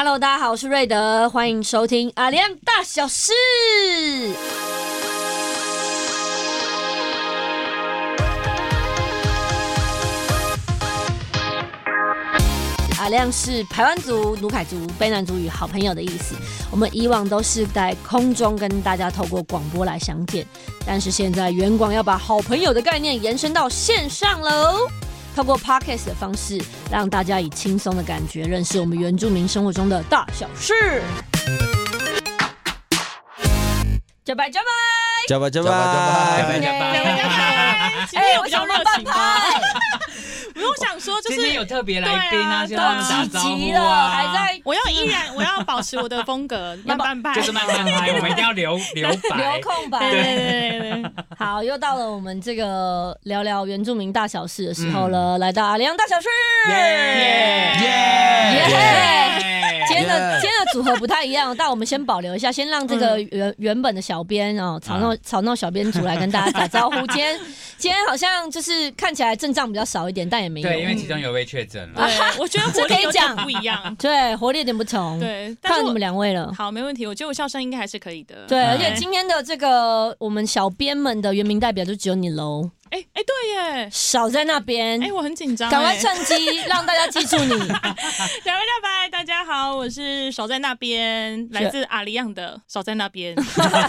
Hello， 大家好，我是瑞德，欢迎收听阿亮大小事。阿亮是排湾族、努凯族、卑南族与好朋友的意思。我们以往都是在空中跟大家透过广播来相见，但是现在原广要把好朋友的概念延伸到线上喽。透过 Podcast 的方式，让大家以轻松的感觉认识我们原住民生活中的大小事。加拜加拜加拜加拜加拜！今天有比较热情吧？不用想说，就是今天有特别来宾啊，先让他们打招呼了，还在我要保持我的风格，慢半拍， 就是慢慢拍，我们一定要留白， 留空白。 对。 好，又到了我们这个聊聊原住民大小事的时候了，来到阿亮大小事，今天的组合不太一样，但我们先保留一下，先让这个原本的小编哦，吵闹小编组来跟大家打招呼。今天好像就是看起来阵仗比较少一点，但也没有， 对，因为其中有位确诊了。 对，我觉得活力有点不一样， 对，活力有点不同。 对， 看你们两位了。 好，没问题，我觉得我笑声应该还是可以的。 对，而且今天的这个我们小编们的原名代表就只有你喽。 对耶， 少在那边。 我很紧张， 赶快趁机让大家记住你。 拜，大家好，我是少在那边，来自阿里样的少在那边。 少在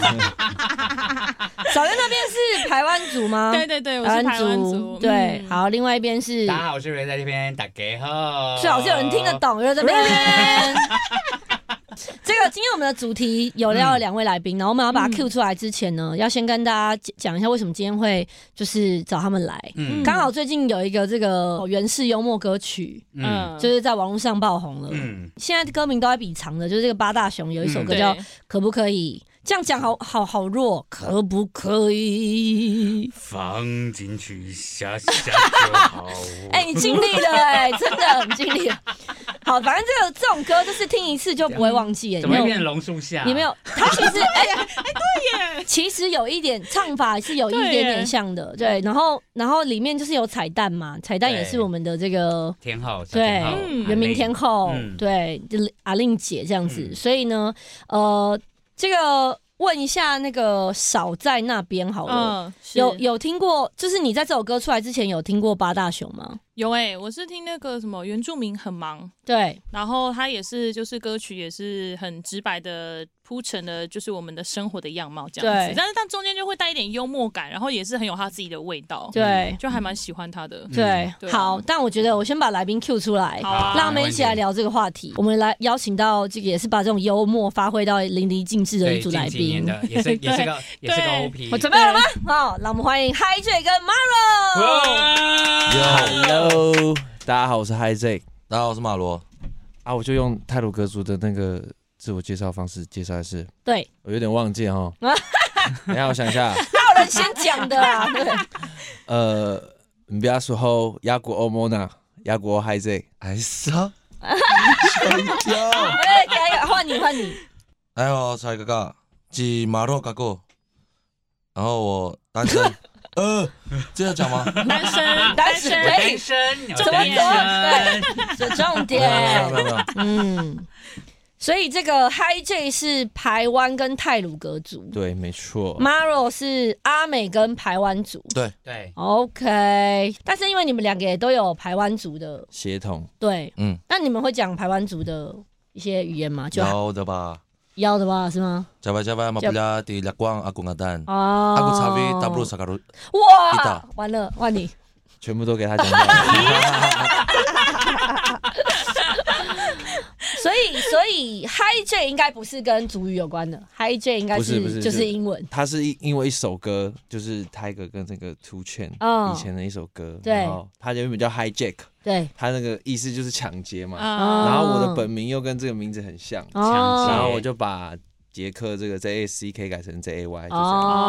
那边是排湾族吗？ 对，我是排湾族。 对，好，另外一边是大家好，我是瑞在这边，大家好。 最好是有人听得懂，有人这边。这个今天我们的主题有聊了两位来宾，然后我们要把它 Q 出来之前呢，要先跟大家讲一下为什么今天会就是找他们来。刚好最近有一个这个原式幽默歌曲，就是在网络上爆红了。现在歌名都在比长的，就是这个八大熊有一首歌叫《可不可以》。这样讲好弱，可不可以放进去下就好？ 你尽力了真的很尽力了。好，反正这种歌就是听一次就不会忘记。 怎么会变成榕树下？ 你没有，它其实对耶， 其实有一点唱法是有一点点像的，对。然后里面就是有彩蛋嘛，彩蛋也是我们的这个天后， 对，原名天后，对，就是阿令姐这样子。所以呢，这个问一下那个少在那边好了，有听过？就是你在这首歌出来之前有听过八大熊吗？ 有我是听那个什么原住民很忙， 对， 然后他也是就是歌曲也是很直白的铺陈的，就是我们的生活的样貌这样子，但是他中间就会带一点幽默感，然后也是很有他自己的味道， 对， 就还蛮喜欢他的， 对，好，但我觉得我先把来宾 Q 出来，让他们一起来聊这个话题。我们来邀请到这个也是把这种幽默发挥到淋漓尽致的一组来宾， 也是个 OP。 我准备好了吗？好，让我们欢迎 HiJ 跟 Maro。Hello， 大家好，我是 HiJ。 大家好，我是马罗。 我就用太鲁阁族的那个自我介绍方式介绍一次。 对， 我有点忘记哈。等一下，我想一下。 哪有人先讲的啊？对。 不要说后雅古欧莫娜，雅古 HiJ。 哎啥？ 换你。 哎呦，才哥哥，是马罗哥哥。然后我单身。这要讲吗？ 单身， 怎么说？重点。所以这个 HiJ 是排湾跟太鲁阁族， 对，没错。 Maro 是阿美跟排湾族， 对。 OK， 但是因为你们两个也都有排湾族的血统， 对，那你们会讲排湾族的一些语言吗？ 要的吧，是吗？ 加拜马布拉光阿公阿丹阿古查维达布鲁萨卡鲁。 哇，完了，换你， 全部都给他讲到。 所以 HiJ 应该不是跟族语有关的 ，HiJ 应该是就是英文。 他是因为一首歌，就是 Tiger 跟这个 Two Chainz 以前的一首歌， 对， 然后他原本叫 Hijack， 对， 他那个意思就是抢劫嘛，然后我的本名又跟这个名字很像，然后我就把杰克这个 JACK 改成 JAY， 就这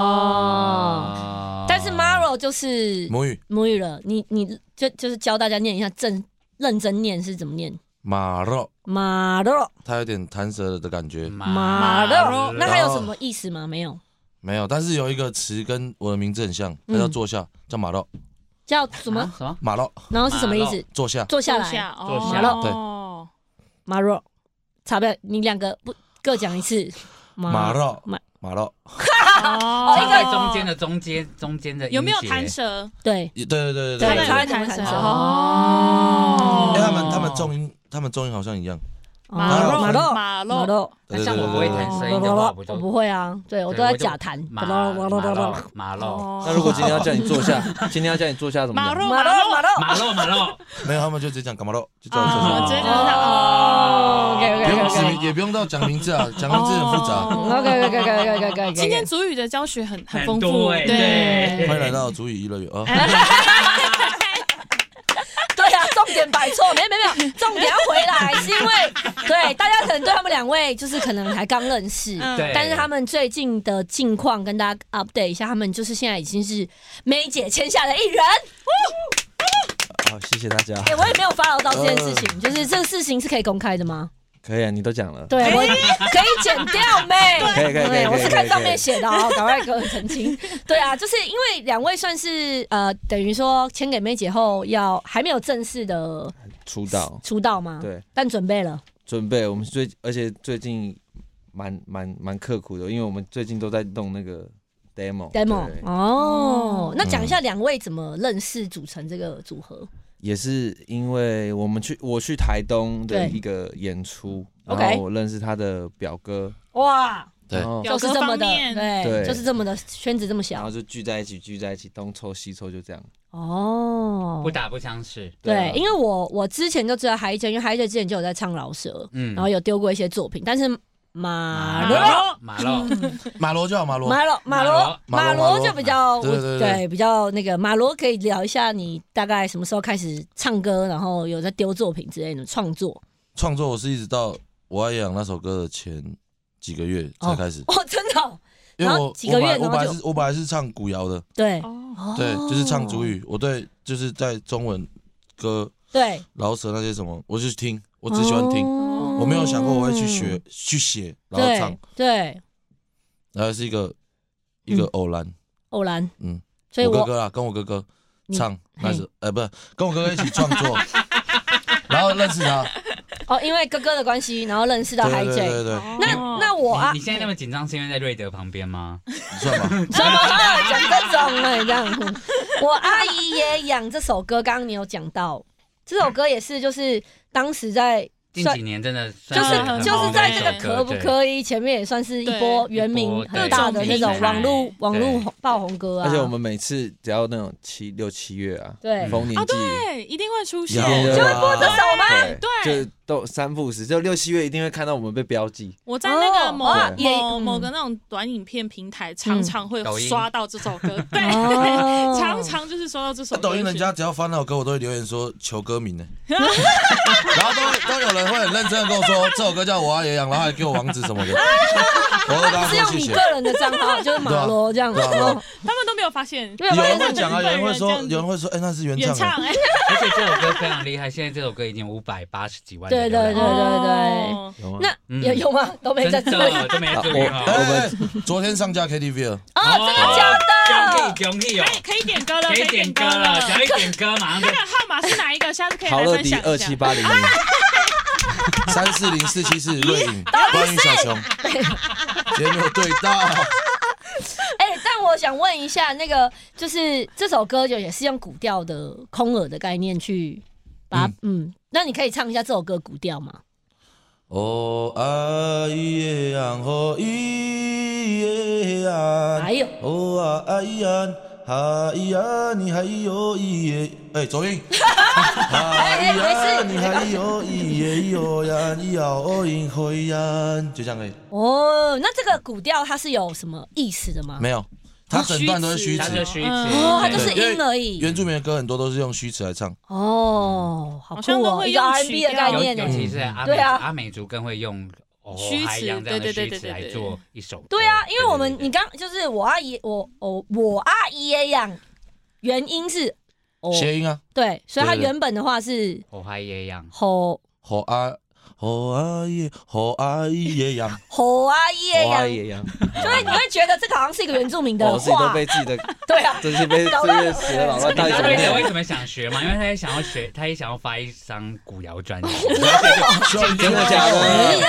样。 但是 Maro 就是母语了，你就是教大家念一下认真念是怎么念？ 马肉，它有点弹舌的感觉。 马肉，那还有什么意思吗？没有， 但是有一个词跟我的名字很像，它叫坐下，叫马肉。 叫什么？ 马肉。 然后是什么意思？ 坐下。 坐下来。 马肉。 对。马肉。 差不多，你2个不各讲一次。 马肉， 哦， 一个中间的有没有弹舌？ 对， 差在弹舌哦。 他们重音好像一样。 马肉， 像我不会弹声音的话， 我不会啊，对我都在假弹。 马肉。 那如果今天要叫你坐下，怎么讲？ 马肉。 没有，他们就直接讲干嘛肉，就叫我坐下。 直接哦也不用到讲名字啊，讲名字很复杂。 OK。 今天族语的教学很丰富， 对。 欢迎来到族语娱乐园啊。 对啊，重点摆错，没有，重点要回来，是因为对大家可能对他们2位就是可能还刚认识，但是他们最近的近况跟大家 update 一下，他们就是现在已经是梅姐签下的艺人。 好，谢谢大家。 我也没有 follow 到这件事情，就是这个事情是可以公开的吗？ 可以啊，你都讲了。 对，我可以剪掉妹。 可以。 我是看上面写的哦，赶快给我澄清。对啊，就是因为2位算是等于说签给妹姐后，还没有正式的出道吗？ 对， 但准备了。 我们而且最近蛮刻苦的，因为我们最近都在弄那个 demo。 哦，那讲一下2位怎么认识组成这个组合？ 也是因为我去台东的一个演出，然后我认识他的表哥。 哇， 对， 就是这么的，对，就是这么的圈子这么小， 然后就聚在一起，东凑西凑，就这样。 哦， 不打不相识。 对，因为我之前就知道海姐，因为海姐之前就有在唱饶舌，然后有丢过一些作品，但是马罗就好，马罗就比较对比较那个马罗可以聊一下你大概什么时候开始唱歌，然后有在丢作品之类的创作。 我是一直到我爱养那首歌的前几个月才开始。 真的。 因为我本来是唱古谣的， 对， 就是唱族语。我对就是在中文歌， 对饶舌那些什么，我就听，我只喜欢听。我没有想过我会去写，然后唱， 对， 然后是一个偶然，所以我哥哥啦，跟我哥哥唱，那是不是跟我哥哥一起创作，然后认识他。 因为哥哥的关系，然后认识到海 J。 对。 那我你现在那么紧张，是因为在瑞德旁边吗？ 算吧。 什么讲这种呢？这样，我阿姨也养这首歌，刚刚你有讲到，这首歌也是就是当时在。 近几年真的就是在这个可不可以前面也算是一波原名很大的那种网络爆红歌啊。 而且我们每次只要那种6、7月啊， 对， 逢年祭对，一定会出现， 就会播这首吗？ 对，就都3不5时，就6、7月一定会看到我们被标记。 我在那个某个那种短影片平台，常常会刷到这首歌，对，常常就是刷到这首歌。 抖音人家只要翻那首歌，我都会留言说求歌名呢，然后都有人会很认真的跟我说这首歌叫我爱野羊，然后还给我网址什么的。 是用你个人的账号，就是马罗这样子，他们都没有发现。 有人会讲啊，有人会说，那是原唱。 而且这首歌非常厉害，现在这首歌已经580几万。 对。那有吗？都没在注意， 都没注意。 我们昨天上架 KTV 了。 真的假的？ 可以点歌了， 可以点歌了，只要一点歌马上。 那个号码是哪一个？下次可以来分享一下。好乐迪27801340474瑞影关于小熊，今天没有对到。 但我想问一下，那个就是这首歌就也是用古调的空耳的概念去把那你可以唱一下这首歌古调吗？ 哦啊咿呀哦咿呀， 还有哦啊咿呀。哈咿呀，你还有一耶，走音。哈咿呀，你还有一耶哟呀，你要赢会呀，就这样而已。 那这个古调它是有什么意思的吗？ 没有，它整段都是虚词， 它就是音而已。 原住民的歌很多都是用虚词来唱。 好酷哦，一个 R&B 的概念尤其是阿美族更会用。 虚词， 对来做一首歌。 对啊，因为你刚就是我阿姨也养，原因是谐音啊。 对，所以它原本的话是我阿姨也养， 好啊耶，好啊耶呀， 吼啊耶呀， 也一样， 所以你会觉得这个好像是一个原住民的我自己都话， 被自己的对啊， 这些被这些死的老乱到底怎么瑞德为样？ 什么想学嘛？因为他也想要学，他也想要发一张古谣专辑。 真的假的？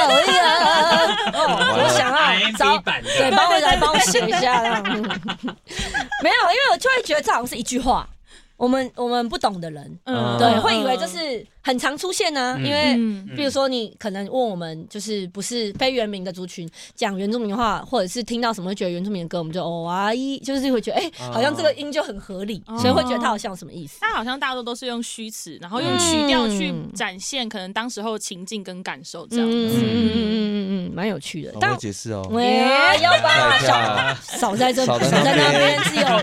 我想要找版的， 对，帮我写一下这样。没有，因为我就会觉得这好像是一句话。我们不懂的人，对，会以为这是很常出现呢、因为比如说你可能问我们，就是不是非原民的族群讲原住民话，或者是听到什么会觉得原住民的歌，我们就就是会觉得好像这个音就很合理，所以会觉得它好像什么意思。 它好像大多都是用虚词，然后用曲调去展现可能当时候情境跟感受这样子。 蛮有趣的。 我会解释哦。 要吧，少在这，少在那边，只有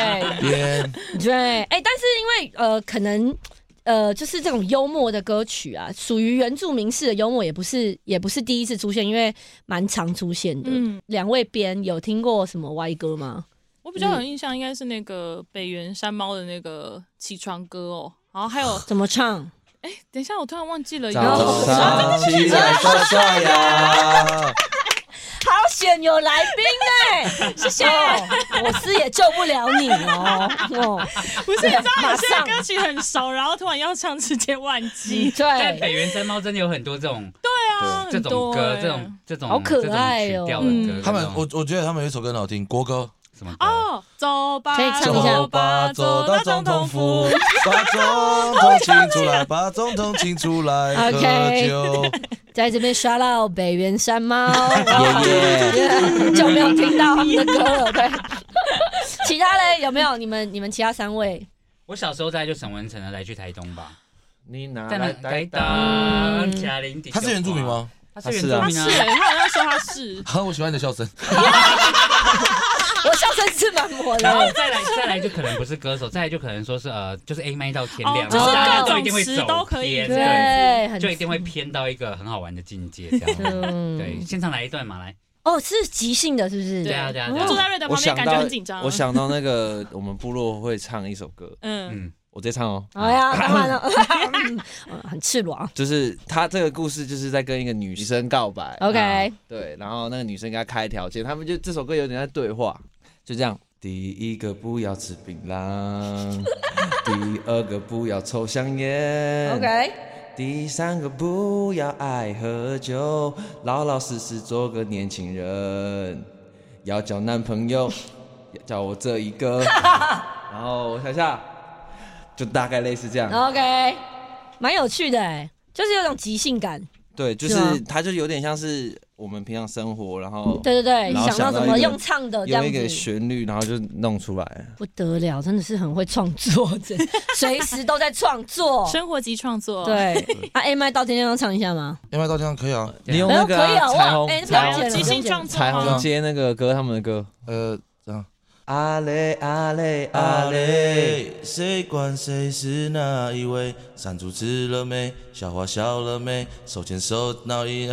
对，但是因为可能就是这种幽默的歌曲啊，属于原住民式的幽默，也不是第一次出现，因为蛮常出现的。两位编有听过什么歪歌吗？ 我比较有印象，应该是那个北原山猫的那个起床歌哦，然后还有怎么唱？ 等一下，我突然忘记了。 早上起来刷刷牙。 好险有来宾谢谢。我是也救不了你哦。 不是，你知道有些歌曲很熟，然后突然要唱直接忘记。 对， 但北原山猫真的有很多这种， 对啊， 这种歌，这种好可爱哦，曲调的歌。 他们我觉得他们有一首歌很好听，国歌。 什么歌？ 走吧， 可以唱一下。 走吧，走到总统府，把总统请出来，把总统请出来喝酒。 在这边刷到北原山猫，很久没有听到他们的歌了。对，其他嘞有没有？你们其他三位？ 我小时候在就沈文成的来去台东吧。 你拿在来台东， 他是原住民吗？ 他是原住民啊， 他好像说他是。 我喜欢你的笑声。 我笑声是蛮火的。 然后再来就可能不是歌手，再来就可能说是就是 A 麦到天亮， 就是大家各种都一定会走词都可以， 对， 就一定会偏到一个很好玩的境界这样。对，现场来一段嘛，来。 是即兴的，是不是？ 对啊。 我坐在瑞德旁边，感觉很紧张。 我想到那个我们部落会唱一首歌，我直接唱哦。 哎呀，当然了，很赤裸啊。 就是他这个故事就是在跟一个女生告白 ，OK， 对，然后那个女生给他开条件，他们就这首歌有点在对话，就这样。第一个不要吃槟榔，第二个不要抽香烟 ，OK， 第三个不要爱喝酒，老老实实做个年轻人，要交男朋友，叫我这一个，然后我想一下，就大概类似这样 ，OK， 蛮有趣的就是有种即兴感。 对，就是它就有点像是我们平常生活，然后对， 然后想到怎么用唱的这样子， 有一个旋律，然后就弄出来， 不得了，真的是很会创作的，随时都在创作， 生活及创作。 对，A 麦到天亮要唱一下吗 ？A 麦到天亮可以啊， 你用那个彩虹即兴创作， 彩虹接那个歌，他们的歌， 这样。 阿嘞阿嘞阿嘞，谁管谁是哪一位？山猪吃了没？小花笑了没？手牵手闹一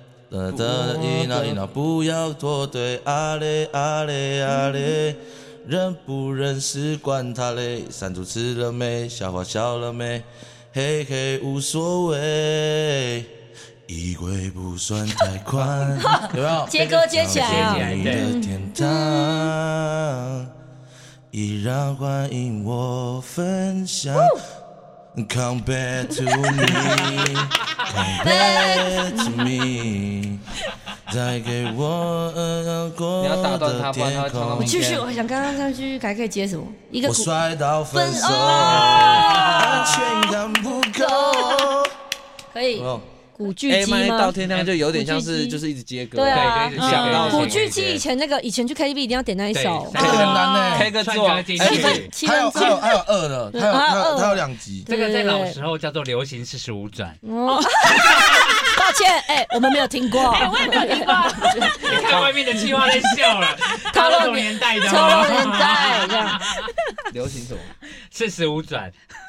闹，不要脱队。阿嘞阿嘞阿嘞，认不认识管他嘞？山猪吃了没？小花笑了没？嘿嘿无所谓。衣柜不算太宽，有没有？ 接歌接起来啊！ 你的天堂依然欢迎我分享。Come back to me, come back to me， 再给我阳光的天空。 我继续，我想刚刚上去还可以接什么？一个我摔到分手，安全感不够。 可以。古巨基吗？ A 麦到天亮就有点像是就是一直接歌， 对啊， 想到古巨基以前去 KTV 一定要点那一首， 这个很难呢 ，K 个座， 还有2的，它有2集， 这个在老时候叫做流行45转。 抱歉，我们没有听过， 我也没有听过。 你看外面的企划在笑了，透露年代的， 透露年代这样。 流行什么 ？45转。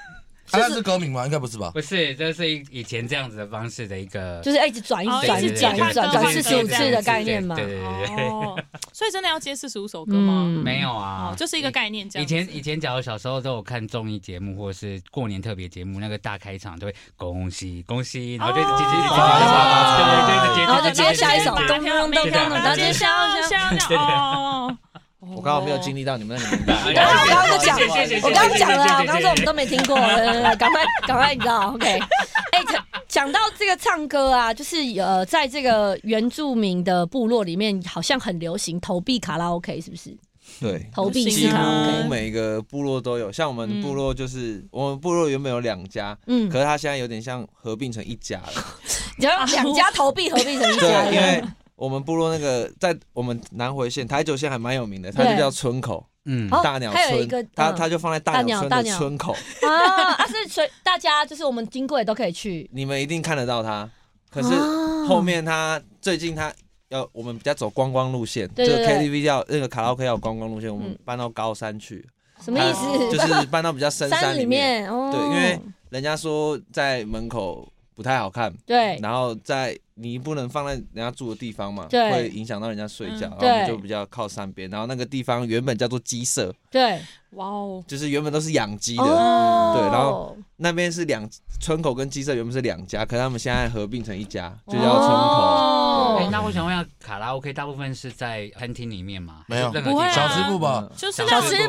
他是歌名吗？应该不是吧？ 不是，这是以前这样子的方式的一个， 就是一直转45次的概念嘛。 对。 所以真的要接45首歌吗？ 没有啊， 就是一个概念这样。 以前假如小时候都有看综艺节目或者是过年特别节目，那个大开场都会恭喜恭喜，然后就接， 然后就接下一首咚咚咚咚，然后接下哦。 我刚好没有经历到你们那个年代。 我刚刚就讲，我刚刚讲了，我刚刚说我们都没听过，赶快，你知道 ？OK， 讲到这个唱歌啊，就是在这个原住民的部落里面，好像很流行投币卡拉 OK， 是不是？ 对， 投币几卡拉 OK， 乎每个部落都有。像我们部落就是我们部落原本有2家，可是它现在有点像合并成一家了。 你要2家投币合并成一家， 对，因为我们部落那个在我们南回县、台九县还蛮有名的，它就叫村口，大鸟村，它就放在大鸟村的村口啊，所以大家就是我们经过也都可以去， 你们一定看得到它。可是后面它最近它我们比较走观光路线，这个 KTV 要那个卡拉 OK 要有观光路线，我们搬到高山去， 什么意思？ 就是搬到比较深山里面，对，因为人家说在门口不太好看， 对， 然后你不能放在人家住的地方嘛， 对， 会影响到人家睡觉，然后我们就比较靠山边，然后那个地方原本叫做鸡舍， 对， 哇哦， 就是原本都是养鸡的，对，然后那边是村口跟鸡舍原本是2家，可是他们现在合并成一家，就叫村口。 那我想问一下，卡拉 OK 大部分是在餐厅里面吗？ 没有， 不会， 小吃部吧， 就是小吃部，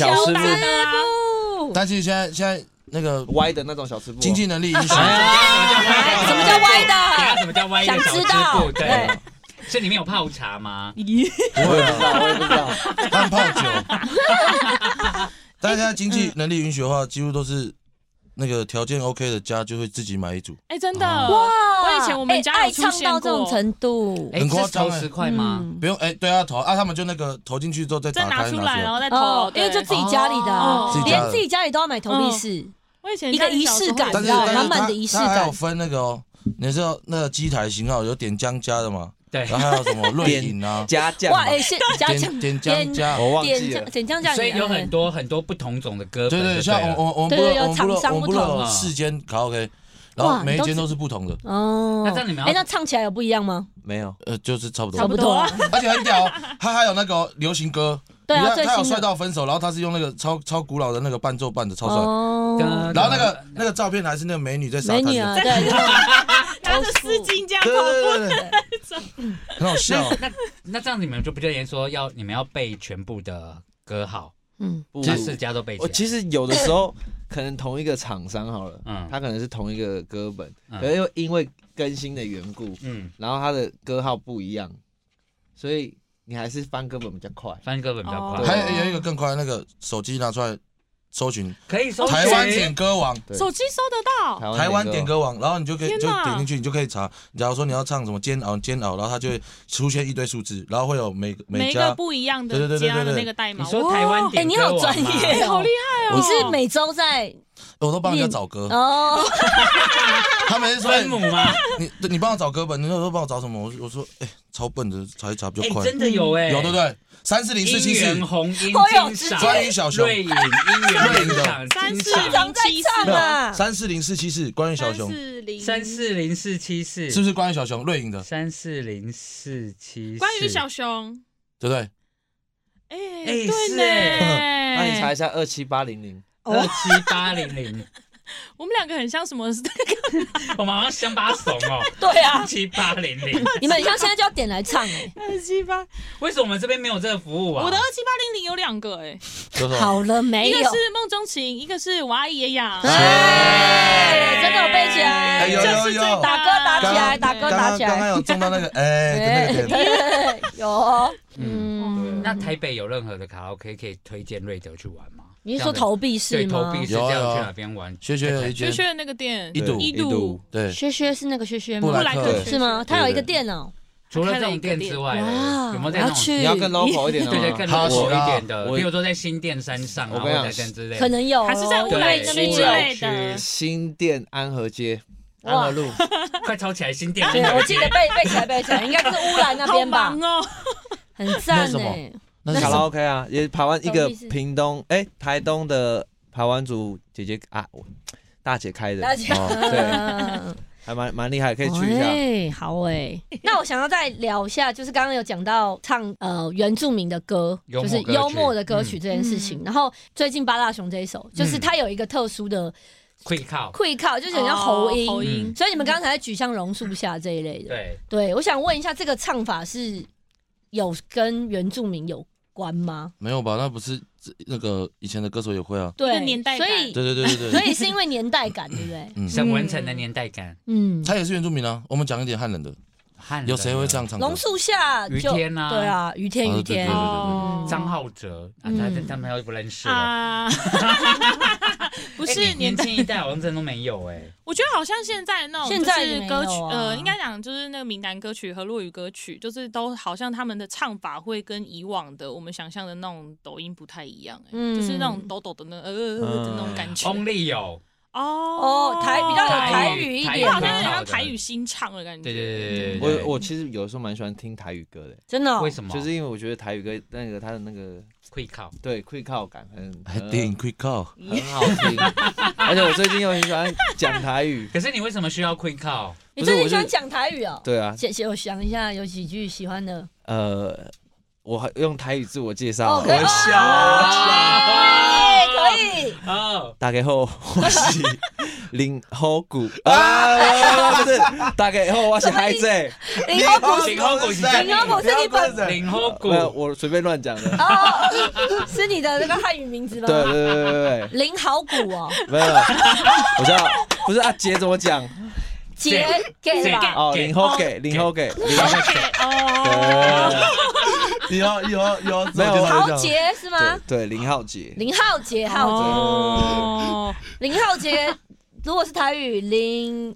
但是现在。那个歪的那种小吃部， 经济能力允许。 什么叫歪的？ 什么叫歪的？ 想知道？ 对，这里面有泡茶吗？ 不会啊，我也不知道。 他们泡酒。但是现在经济能力允许的话，几乎都是那个条件 OK 的家就会自己买一组。 真的哇！我以前我们家有出现过， 爱唱到这种程度， 很夸张。 10块吗？ 不用，对啊，投啊，他们就那个投进去之后再打开拿出来，然后再投， 因为就自己家里的，连自己家里都要买投币式。 我以前一个仪式感， 但是满满的仪式感。 还有分那个你知道那个机台型号有点姜加的吗？ 对， 然后还有什么瑞饮啊， 加酱， 哇， 点姜加， 我忘记了， 点姜加， 所以有很多不同种的歌。 对，像我们部落有4间卡拉 OK， 然后每一间都是不同的。 哦， 那这样你们那唱起来有不一样吗？ 没有， 就是差不多， 而且很屌，它还有那个流行歌。 对啊， 他有帅到分手，然后他是用那个超古老的那个伴奏伴的，超帅。然后那个照片还是那个美女在沙滩上， 美女啊，对， 拿着丝巾这样跑步， 很好笑。 那这样你们就不就连说你们要背全部的歌号，这4家都背起来。 其实有的时候可能同一个厂商好了，他可能是同一个歌本，可是又因为更新的缘故，然后他的歌号不一样，所以。你还是翻歌本比较快， 还有一个更快，那个手机拿出来搜寻， 可以搜台湾点歌王， 手机搜得到台湾点歌王，然后你就可以就点进去，你就可以查。假如说你要唱什么煎熬，然后它就会出现一堆数字，然后会有每个不一样的家的那个代码。 你说台湾点歌王， 你好专业， 好厉害哦！ 你是每周在。 我都帮人家找歌哦， 他们是说分母吗？ 你帮我找歌本，你说帮我找什么？我说超笨的，查一查比较快。 真的有有对不对？340474， 音源红音金赏， 关于小熊， 瑞影音源金赏 3407474，关于小熊 ，3407474 是不是关于小熊？瑞影的 3407474， 关于小熊， 对不对？ 对呢， 那你查一下27800。 27800， 我们2个很像什么？ 我们好像乡巴怂哦。 对啊 ，27800， 你们像现在就要点来唱 278， 为什么我们这边没有这个服务啊？ 我的27800有2个好了没有？ 一个是梦中情，一个是我阿姨也养。 真的有背起来， 有打歌打起来， 刚刚有中到那个有。 那台北有任何的卡拉 OK 可以推荐瑞德去玩吗？ 你是说投币式吗？ 对，投币式这样去哪边玩？ 薛的那个店， 一度，对， 薛是那个薛吗？ 布莱克是吗？他有一个店哦。 除了这种店之外，有没有在那种你要更 local 一点的？ 对，更 local 一点的，比如说在新店山上，我跟你讲之类， 可能有， 还是在乌来那边之类的。 新店安和街。 安和路，快抄起来！新店， 我记得背起来，应该是乌来那边吧？很赞哎。 那是卡拉 OK 啊，也台湾一个屏东台东的排湾族姐姐啊， 大姐开的， 大姐对，还蛮厉害，可以去一下。 好那我想要再聊一下，就是刚刚有讲到唱原住民的歌，就是幽默的歌曲这件事情。然后最近八大熊这一首，就是它有一个特殊的溃靠， 就是很像喉音， 喉音。 所以你们刚才在举像榕树下这一类的，对，我想问一下，这个唱法是有跟原住民有关吗？ 没有吧？那不是那个以前的歌手也会啊。 对， 年代感。 对， 所以是因为年代感，对不对？ 沈文成的年代感。 他也是原住民啊。我们讲一点汉人的，有谁会这样唱歌？ 榕树下， 于天啊， 对啊，于天， 张浩哲，他们又不认识了。 不是年轻一代好像真的都没有我觉得好像现在那种就是歌曲，应该讲就是那个闽南歌曲和洛语歌曲，就是都好像他们的唱法会跟以往的我们想象的那种抖音不太一样，就是那种抖抖的的那种感觉。 Only 有比较有台语一点， 好像有点像台语新唱的感觉。 对， 我其实有时候蛮喜欢听台语歌的， 真的。 为什么？ 就是因为我觉得台语歌它的那个溃靠， 对溃靠感电影溃靠很好听，而且我最近又很喜欢讲台语。 可是你为什么需要溃靠？ 你最近喜欢讲台语哦？ 对啊， 我想一下，有几句喜欢的。 我还用台语自我介绍， 我笑。可以。 大家好，我是林好古不是，大家好，我是海仔。 林好古是你本林好古， 我随便乱讲的。 是你的那个汉语名字吗？ 对。 林好古哦， 没有，我知道，不是啊，姐怎么讲？ 姐给吧。 林好给。 有， 没有豪杰是吗？ 对，林浩杰。 林浩杰，如果是台语，林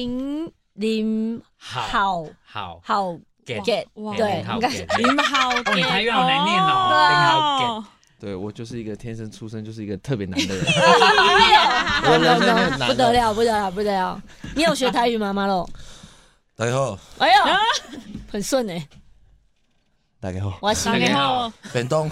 好get，对，应该是林好 get。 你台语好难念哦，林好 get。 对，我就是一个天生出生就是一个特别难的人。 不得了！你有学台语吗，马洛？ 大家好。 哎呦，很顺哎。 大家好， 我是大家好。 便当。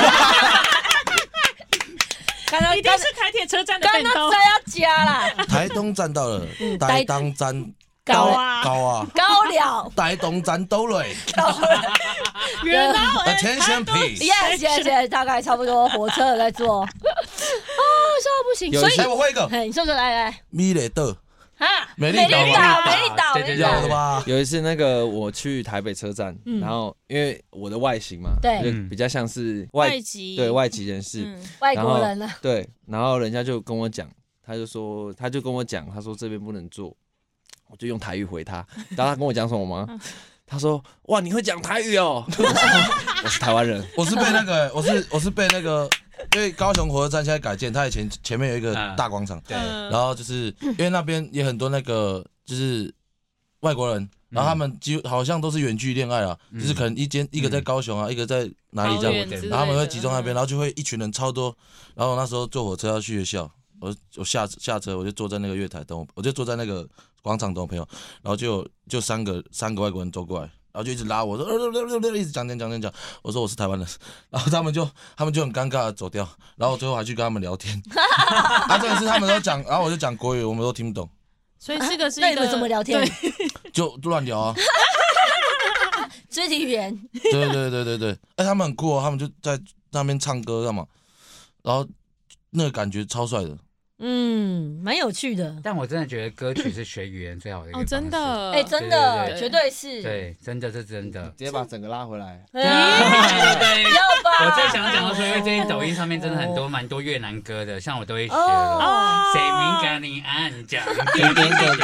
一定是台铁车站的便当。 刚刚要加啦。 台东站到了，台东站高了。 台东站到了。 原来 Attention please。 Yes， 大概差不多，火车在坐。笑到不行。所以我会一个。 你说来。 美丽岛。 美丽岛， 有的吧？ 有一次那个我去台北车站，然后因为我的外形嘛， 对， 比较像是外籍人士， 外国人了。 对，然后人家就跟我讲，他就跟我讲，他说这边不能坐，我就用台语回他，然后他跟我讲什么吗？他说：“哇，你会讲台语哦！”我是台湾人， 我是被那个，我是被那个。因为高雄火车站现在改建，它以前前面有一个大广场， 对， 然后就是因为那边也很多那个就是外国人，然后他们好像都是远距恋爱啊，就是可能一个在高雄啊，一个在哪里这样，然后他们会集中那边，然后就会一群人超多，然后那时候坐火车要去学校，我下车我就坐在那个月台等我就坐在那个广场等我朋友，然后就三个外国人走过来。然后就一直拉我说，一直讲，我说我是台湾人，然后他们就很尴尬的走掉，然后我最后还去跟他们聊天，真的是他们都讲，然后我就讲国语，我们都听不懂， 所以这个是那你们怎么聊天？ 就乱聊啊， 肢体语言。 对，他们很酷哦，他们就在那边唱歌干嘛，然后那个感觉超帅的。 蛮有趣的。 但我真的觉得歌曲是学语言最好的一个方式。 真的， 真的，绝对是。 对，真的是真的。 直接把整个拉回来。 对， 要吧？ 我最想讲的说，因为最近抖音上面真的蛮多越南歌的，像我都会学了。谁敏感你安讲， 当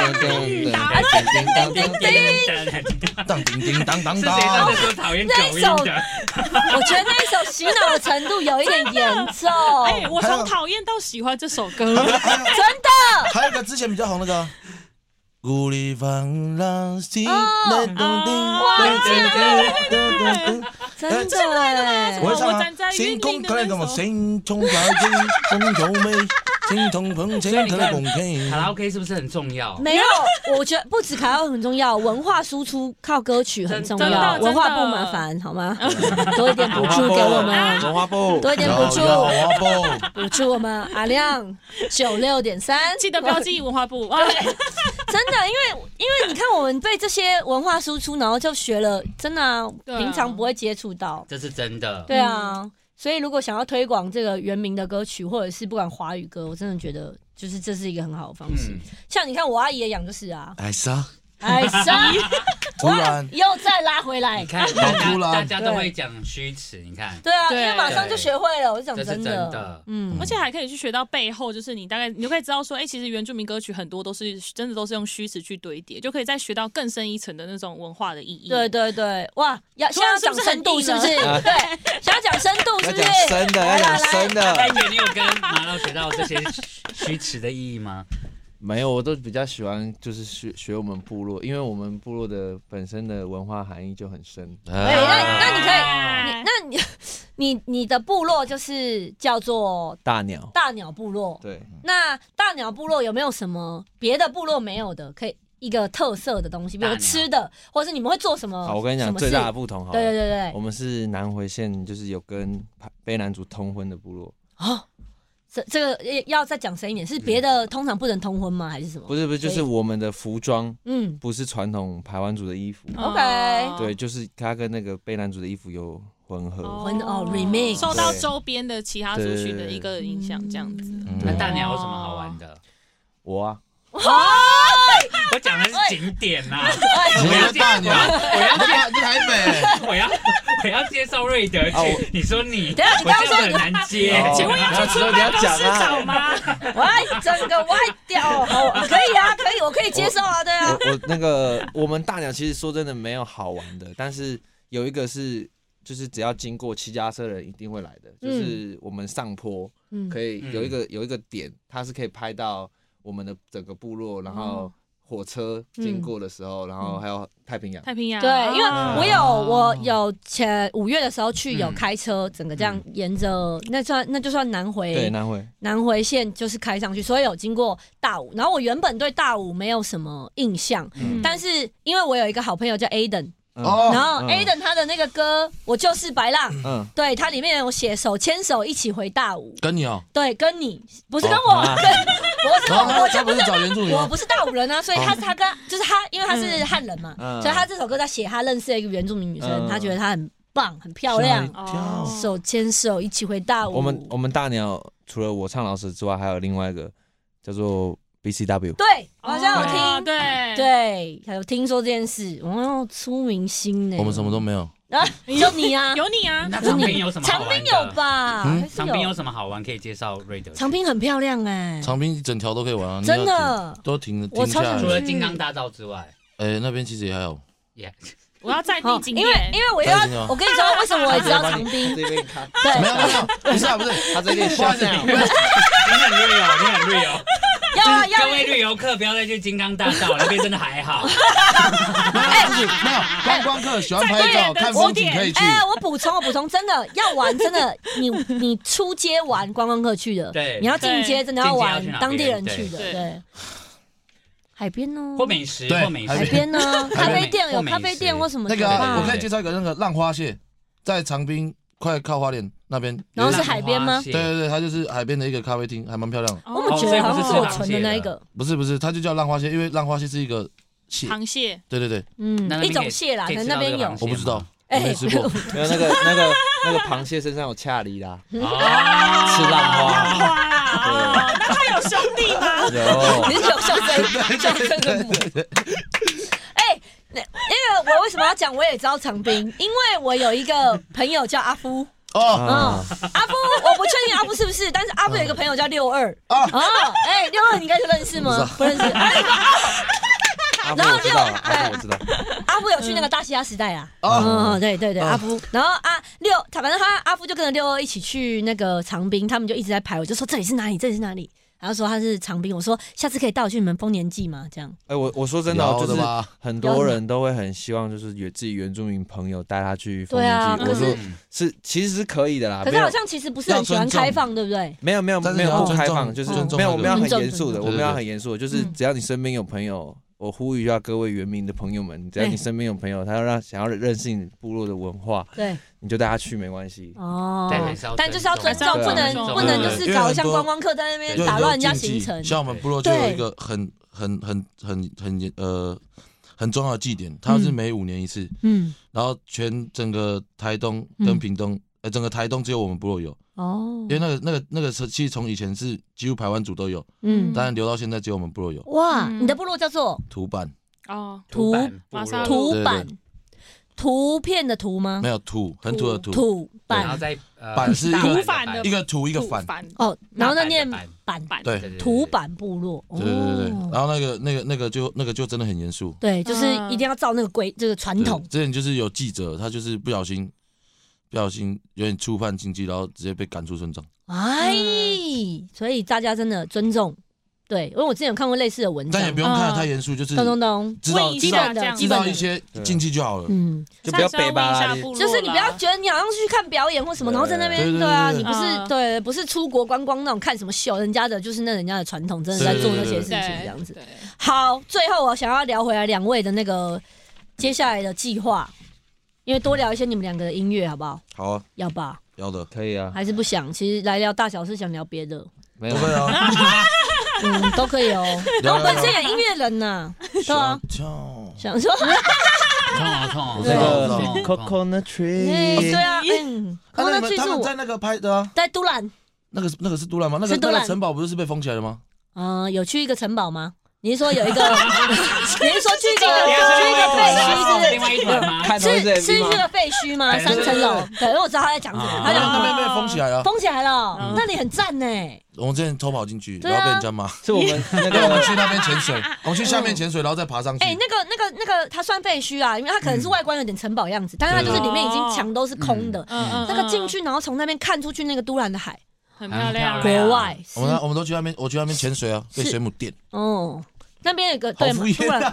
是谁真的说讨厌抖音的？ 我觉得那一首洗脑的程度有一点严重。 我从讨厌到喜欢这首歌， 真的。 还有一个之前比较红那个。古里放浪西来咚叮， 真的， 我会唱啊，星空看那个星空飘进风柔美， 心痛碰见他的公平。 卡拉 OK 是不是很重要？ 没有，我觉得不止卡拉 OK 很重要，文化输出靠歌曲很重要。文化部麻烦好吗？多一点补助给我们， 文化部多一点补助， 文化部补助我们阿亮96.3， 记得标记文化部。 真的，因为你看我们被这些文化输出，然后就学了，真的啊，平常不会接触到， 这是真的。 对啊。所以，如果想要推广这个原民的歌曲，或者是不管华语歌，我真的觉得就是这是一个很好的方式。像你看，我阿姨的养就是啊， 艾莎， 突然又再拉回来， 你看，大家都会讲虚词，你看， 对啊，因为马上就学会了。我是讲真的， 而且还可以去学到背后，就是你就可以知道说，其实原住民歌曲很多都是真的都是用虚词去堆叠，就可以再学到更深一层的那种文化的意义。 对，哇，现在要讲深度是不是？对，想要讲深度是不是？ 要讲深的，要讲深的。 丹姐，你有跟马老学到这些虚词的意义吗？ 没有，我都比较喜欢就是学我们部落，因为我们部落的本身的文化含义就很深。 那你可以，你的部落就是叫做大鸟部落。 对， 那大鸟部落有没有什么别的部落没有的，可以一个特色的东西，比如吃的，或者是你们会做什么？ 好，我跟你讲最大的不同。好， 对， 我们是南回县，就是有跟卑南族通婚的部落。 哦。这个要再讲深一点，是别的通常不能通婚吗？还是什么？ 不是，就是我们的服装，不是传统排湾族的衣服。 OK， 对，就是它跟那个卑南族的衣服有混合。 remix， 受到周边的其他族群的一个影响，这样子。 那大鸟有什么好玩的？ 我啊。 我讲的是景点呐， 我要大鸟，我要台北， 我要介绍瑞德去。你说你， 我这样子很难接。 请问要去出办公室找吗？ 整个歪掉，可以啊，可以，我可以接受啊，对啊。 我们大鸟其实说真的没有好玩的，但是有一个是，就是只要经过骑脚踏车的人一定会来的，就是我们上坡可以有一个点，它是可以拍到我们的整个部落，然后火车经过的时候，然后还有太平洋。 对，因为我有前5月的时候去，有开车，整个这样沿着那就算南回线就是开上去，所以有经过大武。然后我原本对大武没有什么印象，但是因为我有一个好朋友叫 Aden。然后 Aden 他的那个歌《我就是白浪》，对，他里面有写手牵手一起回大武， 跟你哦， 对，跟你不是跟我，对，我不是找原住民， 我不是大武人啊，所以他跟就是他，因为他是汉人嘛，所以他这首歌在写他认识的一个原住民女生，他觉得她很棒，很漂亮，手牵手一起回大武。 我们大鸟除了我唱老师之外，还有另外一个叫做BCW， 对，好像有听， 对， 还有听说这件事，出明星呢。 我们什么都没有啊，有你啊， 有你啊。 那长滨有什么好玩的？ 长滨有吧？ 长滨有什么好玩可以介绍瑞德？ 长滨很漂亮哎， 长滨一整条都可以玩啊， 真的都停下来。 除了金刚大道之外， 那边其实也还有。 我要在地经验， 因为我跟你说，为什么我也知道长滨？ 这边看， 对， 没有，不是， 他这边笑这样， 你很 real。 要各位旅游客不要再去金刚大道，那边真的还好。 没有观光客喜欢拍照看风景可以去。 我补充，真的要玩，真的你出街玩观光客去的， 对， 你要进街真的要玩当地人去的，对。海边呢？ 或美食， 海边呢？咖啡店有咖啡店或什么？ 那个我可以介绍一个那个浪花蟹，在长滨快靠花莲那边。 然后是海边吗？ 对，它就是海边的一个咖啡厅，还蛮漂亮的。 我们觉得好像是我存的那一个。 不是，它就叫浪花蟹，因为浪花蟹是一个螃蟹。 对， 一种蟹啦，可能那边有， 我不知道。没吃过， 没有那个螃蟹身上有恰梨啦，吃浪花， 他有兄弟吗？ 有， 你是有兄弟，这个母。因为我为什么要讲？我也知道长滨，因为我有一个朋友叫阿夫。阿夫，我不确定阿夫是不是，但是阿夫有一个朋友叫62。62你应该就认识吗？不认识。然后我知道， 阿夫有去那个大西亚时代啊。对，阿夫。然后反正阿夫就跟着62一起去那个长滨，他们就一直在排。我就说这里是哪里？ 然后说他是长滨，我说下次可以带我去你们丰年祭吗？这样。 我说真的，就是很多人都会很希望，就是自己原住民朋友带他去丰年祭。我说其实是可以的啦。 可是好像其实不是很喜欢开放，对不对？ 没有不开放，就是没有我们要很严肃的，我们要很严肃的，就是只要你身边有朋友。我呼吁一下各位原民的朋友们，只要你身边有朋友，他想要认识你部落的文化，对，你就带他去没关系。 哦，但就是要尊重，不能就是搞像观光客在那边打乱人家行程。 像我们部落就有一个很重要的祭典，它是每5年一次，然后整个台东跟屏东，整个台东只有我们部落有。哦，因为那个其实从以前是几乎排湾族都有，当然留到现在只有我们部落有。 哇，你的部落叫做土板哦， 土板，图片的图吗？ 没有土，很土的土。 土板， 然后再板是一个土一个反哦，然后那念板， 对， 土板部落。 对。然后那个就真的很严肃， 对，就是一定要照那个这个传统。 之前就是有记者，他就是不小心有点触犯禁忌，然后直接被赶出村庄。 所以大家真的尊重，对，因为我之前有看过类似的文章， 但也不用看得太严肃，就是懂， 知道一些禁忌就好了， 就不要北吧， 就是你不要觉得你好像去看表演或什么，然后在那边对啊，你不是出国观光那种看什么秀，人家的就是人家的传统，真的在做那些事情这样子。好，最后我想要聊回来2位的那个接下来的计划。因为多聊一些你们2个的音乐，好不好？ 好啊， 要吧？ 要的， 可以啊。 还是不想？其实来聊大小事，想聊别的， 没有啊， 都可以哦。我本身也音乐人呐，对啊，想说， 那个 Coconut Tree， 对啊，Coconut Tree 他们在那个拍的啊， 在都兰， 那个是都兰吗？那个城堡不是被封起来了吗？ 有去一个城堡吗？你是说有一个？你是说去一个废墟？ 另外一团吗？ 是去个废墟吗？3层楼。对，因为我知道他在讲什么。他讲那边被封起来了。 封起来了，那里很赞呢。 我们之前偷跑进去，然后被人家骂。 是我们我们去那边潜水，我们去下面潜水，然后再爬上去。 那个它算废墟啊，因为它可能是外观有点城堡样子，但是它就是里面已经墙都是空的。那个进去，然后从那边看出去那个都兰的海， 很漂亮。 国外， 我们都去那边，我去那边潜水啊，被水母电。 哦。那边有个对， 突然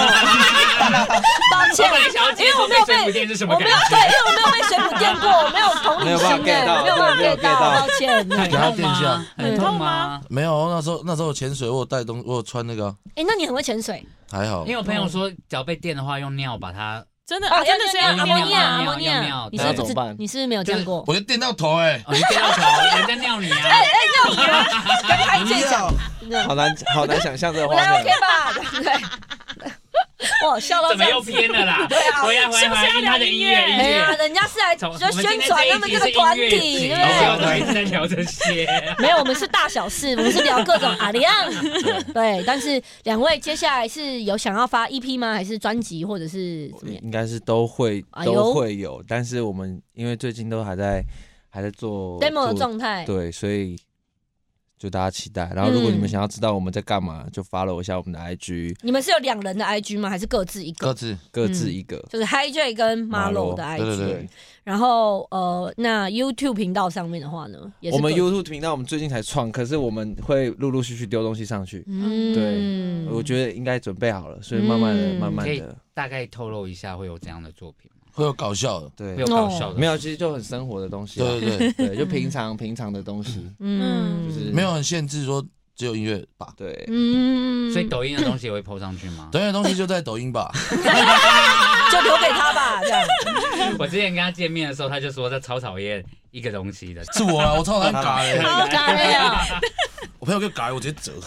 抱歉，因为我没有被因为我没有被水母电过，我没有同理心没有办法 get 到，抱歉。 给他电一下， 很痛吗？ 没有，那时候潜水，我有带我有穿那个。 那你很会潜水？ 还好， 因为我朋友说，只要被电的话，用尿把它。 真的是要阿莫尼亚，你是怎么办？ 你是没有见过？ 我就电到头你电到头，人家尿你啊！ 尿你啊！跟拍这讲， 好难想象这个画面。 OK 吧？对。哇，笑到怎么又偏了啦？ 对啊， 回来他的音乐。 哎呀，人家是来就宣传他们这个团体，对不对？一直在聊这些。 没有，我们是大小事，我们是聊各种阿里昂。对，但是2位接下来是有想要发 EP 吗？还是专辑，或者是怎么样？ 应该是都会有，但是我们因为最近都还在做 demo 的状态， 对，所以。就大家期待，然后如果你们想要知道我们在干嘛，就 follow 一下我们的 IG。 你们是有2人的 IG 吗？还是各自一个？ 各自一个， 就是 HiJ 跟 Marlo 的 IG。 对。 然后那 YouTube 频道上面的话呢，也是我们 YouTube 频道我们最近才创，可是我们会陆陆续续丢东西上去。对，我觉得应该准备好了，所以慢慢的。 可以大概透露一下会有这样的作品吗？ 会有搞笑的， 对， 会有搞笑的， 没有，其实就很生活的东西，对，就平常的东西，就是没有很限制说只有音乐吧， 对， 所以抖音的东西也会 po 上去吗？ 抖音的东西就在抖音吧， 就留给他吧，这样。 我之前跟他见面的时候，他就说他超讨厌一个东西的， 是我啊，我超讨厌改， 好改啊！ 我朋友给我改，我直接折，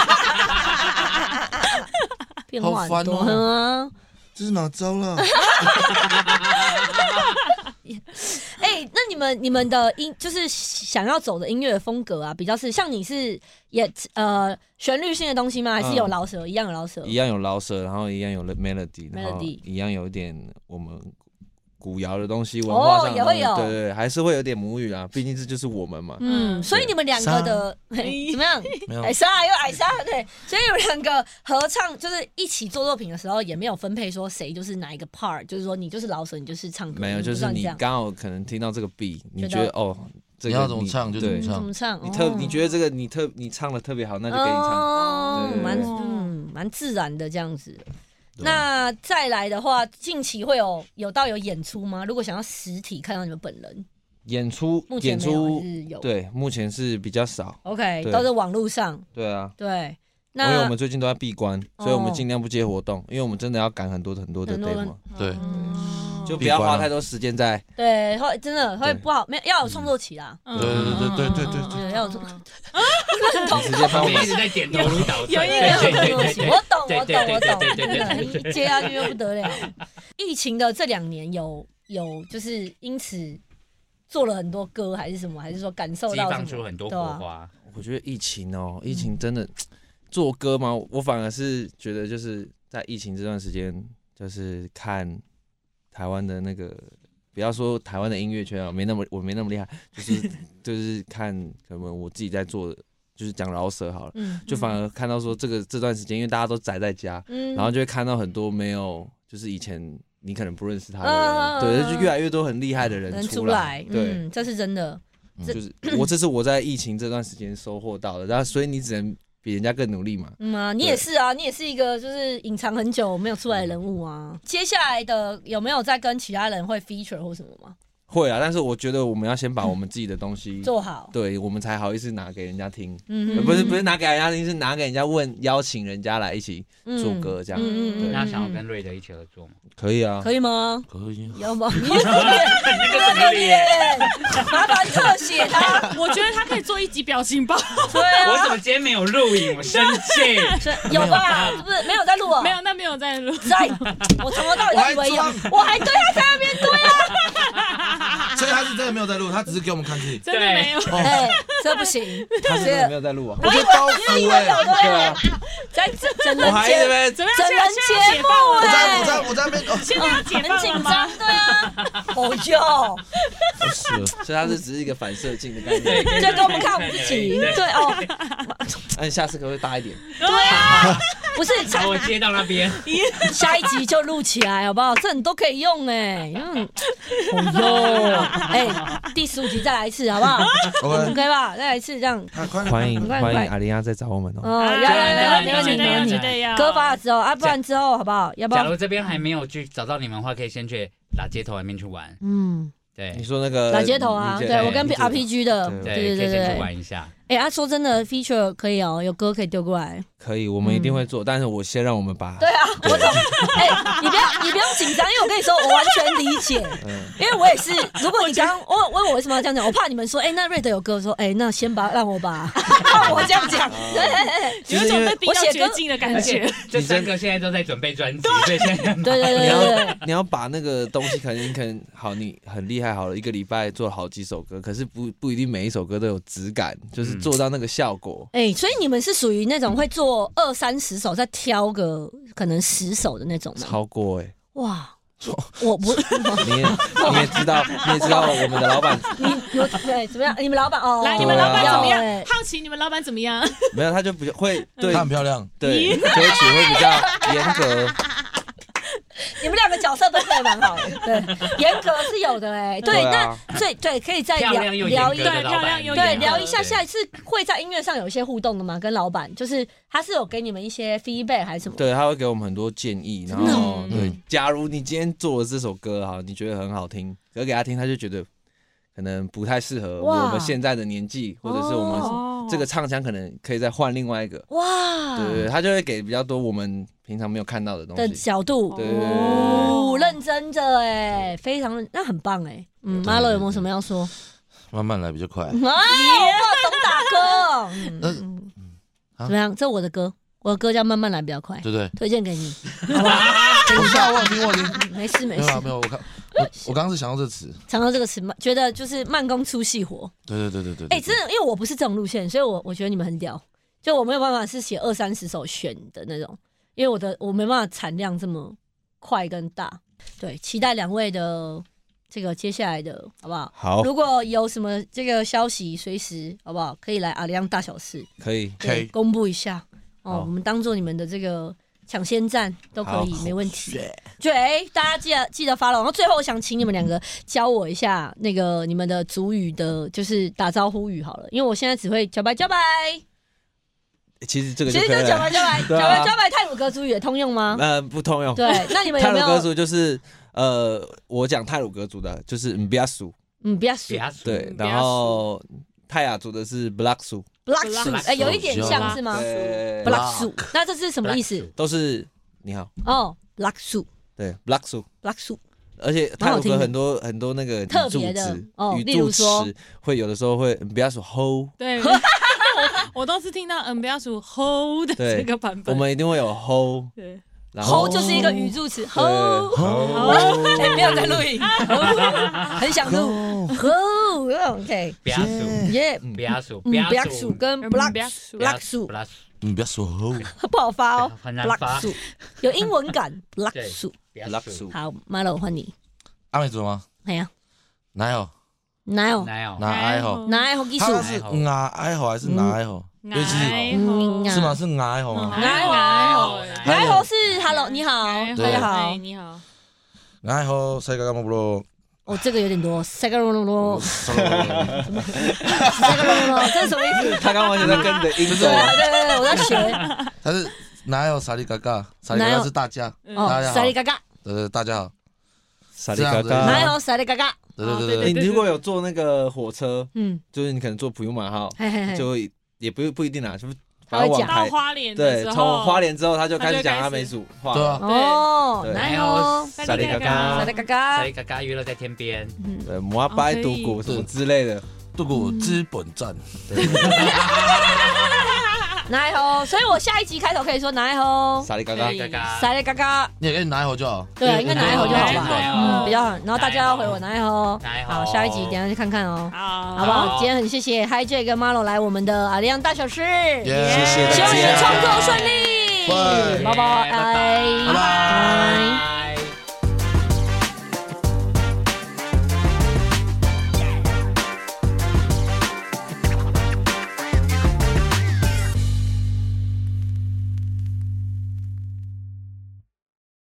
变化很多啊。 这是哪招啦？ 那你们的就是想要走的音乐的风格啊，比较是像你是也旋律性的东西吗？还是有饶舌？一样有饶舌， 一样有饶舌，然后一样有 melody， 然后一样有一点我们古谣的东西，文化上也会有， 对，还是会有点母语啊，毕竟这就是我们嘛。 所以你们2个的怎么样？矮莎，对，所以你们2个合唱就是一起做作品的时候，也没有分配说谁就是哪一个 part， 就是说你就是饶舌，你就是唱歌， 没有，就是你刚好可能听到这个 beat， 你觉得这个你要怎么唱就怎么唱， 怎么唱？ 你觉得这个你唱的特别好，那就给你唱， 蛮自然的这样子。那再来的话，近期会有演出吗？如果想要实体看到你们本人， 演出有， 对，目前是比较少。 OK， 都是网络上。 对啊， 对。 因为我们最近都在闭关，所以我们尽量不接活动，因为我们真的要赶很多的 demo。 对， 就不要花太多时间在。 对，会真的会不好，没有要有创作期啦。 对， 要有。 你直接帮我一直在点头如捣蒜。 有创作期，我懂，真的接下去又不得了。疫情的这2年有就是因此做了很多歌，还是什么？还是说感受到激放出很多火花？ 我觉得疫情真的做歌吗？我反而是觉得就是在疫情这段时间，就是看台湾的那个，不要说台湾的音乐圈啊，我没那么厉害，就是看可能我自己在做的，就是讲饶舌好了，就反而看到说这段时间，因为大家都宅在家，然后就会看到很多没有就是以前你可能不认识他的人，对，就越来越多很厉害的人出来，对， 这是真的。 就是这是我在疫情这段时间收获到的，然后所以你只能比人家更努力嘛。你也是啊，你也是一个就是隐藏很久没有出来的人物啊。接下来的有没有在跟其他人会 feature 或什么吗？ 会啊，但是我觉得我们要先把我们自己的东西做好， 对，我们才好意思拿给人家听。不是拿给人家听，是拿给人家邀请人家来一起做歌这样。 那想要跟瑞德一起合作吗？ 可以啊， 可以吗？ 可以。 要吗？ 你那个什么脸？ 麻烦特写他。 我觉得他可以做一集表情包。 对啊。 我怎么今天没有录影？我生气。 有吧？不是没有在录啊？ 没有，那没有在录。 我从头到尾都以为有，我还对他在那边对啊。 所以他是真的没有在录，他只是给我们看自己。 真的没有。 这不行。 他是真的没有在录啊。 我觉得包袱对啊。 在整人节， 怎么样？ 整人节目我在那边， 现在要解放很紧张，对啊。哦哟。 所以他是只是一个反射镜的概念。 就给我们看我们自己。对哦。 那你下次可不可以大一点？ 对啊。不是， 我接到那边， 下一集就录起来好不好？这你都可以用哎。哦哟，第15集再来一次好不好 ？OK 吧，再来一次这样。 欢迎阿莲亚再找我们哦。 没问题。歌发了之后不然之后好不好？要不要？ 假如这边还没有去找到你们的话，可以先去拉街头那边去玩。对， 你说那个拉街头啊？对，我跟 RPG 的，对， 可以先去玩一下。 说真的 ，feature 可以哦，有歌可以丢过来。 可以，我们一定会做，但是我先让我们把。 对啊，我懂。你不用紧张，因为我跟你说，我完全理解。因为我也是，如果你刚我为什么要这样讲？我怕你们说，那瑞德有歌，说，那先让我把，我这样讲，对， 有一种被逼到绝境的感觉。 这3个现在都在准备专辑，所以现在对， 你要把那个东西，可能好，你很厉害，好了，1个礼拜做好几首歌，可是不一定每一首歌都有质感，就是做到那个效果。 所以你们是属于那种会做20-30首，再挑个可能10首的那种吗？ 超过哇！我不， 你也知道我们的老板， 对怎么样？你们老板来，你们老板怎么样？好奇你们老板怎么样？ 没有，他就比较会，对， 他很漂亮， 对，歌曲会比较严格。 你们2个角色都对蛮好的，对，严格是有的对，那对可以再聊一下，下一次会在音乐上有一些互动的吗？跟老板就是他是有给你们一些 feedback 还是什么？ 对，他会给我们很多建议，然后对，假如你今天做的这首歌你觉得很好听，可是给他听他就觉得可能不太适合我们现在的年纪，或者是我们这个唱腔可能可以再换另外一个。哇，对，他就会给比较多我们平常没有看到的东西的角度。对，认真的非常那很棒Marlo 有没有什么要说？ 慢慢来比较快。 我懂打歌。怎么样？这我的歌。我的歌叫《慢慢来比较快》， 对对， 推荐给你，好不好？ 我听， 没事。没有，我刚刚是想到这词， 想到这个词，觉得就是慢工出细活。 对。真的，因为我不是这种路线，所以我觉得你们很屌。就我没有办法是写20-30首选的那种，因为我没办法产量这么快跟大。对，期待2位的这个接下来的好不好？ 好， 如果有什么这个消息，随时好不好？可以来阿里样大小事， 可以公布一下。我们当做你们的这个抢先战都可以，没问题。 就大家记得 follow。然后最后我想请你们两个教我一下那个你们的族语的，就是打招呼语好了，因为我现在只会交拜交拜。 其实这个其实就交拜交拜交拜交拜，泰鲁格族语也通用吗？ 不通用。 对，那你们有没有？ 泰鲁格族就是我讲泰鲁格族的，就是唔比亚苏，对，然后泰雅族的是 Black 苏 ，Black 苏，有一点像是吗 ？Black 苏，那这是什么意思？ 都是你好哦 ，Black 苏， 对 ，Black 苏 ，Black 苏。 而且泰鲁格很多那个特别的语助词，会有的时候会不要说 hold， 对，我都是听到不要说 hold 的这个版本， 我们一定会有 hold， 对。 hold 就是一个语助词 ，hold， 没有在录影，很想录 ，hold，OK， 不要数， 耶， 不要数， 不要数跟 black 数， 不要说 hold， 不好发哦， 很难发， 有英文感 ，black 数，好 ，Malo 换你， 阿美族吗？ 哎呀， 哪有？ 哪有？技术？ 他是哪爱好还是哪爱好？是吗？是哪爱好吗？ 哪爱好是 Hello， 你好，大家好， 你好。 哪爱好？塞嘎嘎莫布罗。 哦，这个有点多，塞嘎隆隆隆，塞嘎隆隆隆，这是什么意思？ 他刚完全在跟你的音对，我在学。 他是哪有沙利嘎嘎？沙利嘎嘎是大家， 哦，沙利嘎嘎， 对，大家好。 沙利嘎嘎， 哪有沙利嘎嘎？ 对。 你如果有坐那个火车，就是你可能坐普悠玛号，就会也不一定啦，就是他会讲到花莲的时候， 对，从花莲之后他就开始讲阿美族话， 对啊， 哦，哪有沙利嘎嘎， 沙利嘎嘎， 沙利嘎嘎，娱乐在天边， 对，摩拜独谷什么之类的， 独谷资本站， 哪有？所以我下一集开头可以说哪有？ 沙利嘎嘎， 沙利嘎嘎， 你也可以哪有就好， 对，应该哪有就好吧，比较好。然后大家要回我哪有？好，下一集等一下去看看哦，好不好？今天很谢谢 HiJ 跟 Malo 来我们的阿里样大小事， 谢谢， 希望你的创作顺利，拜拜。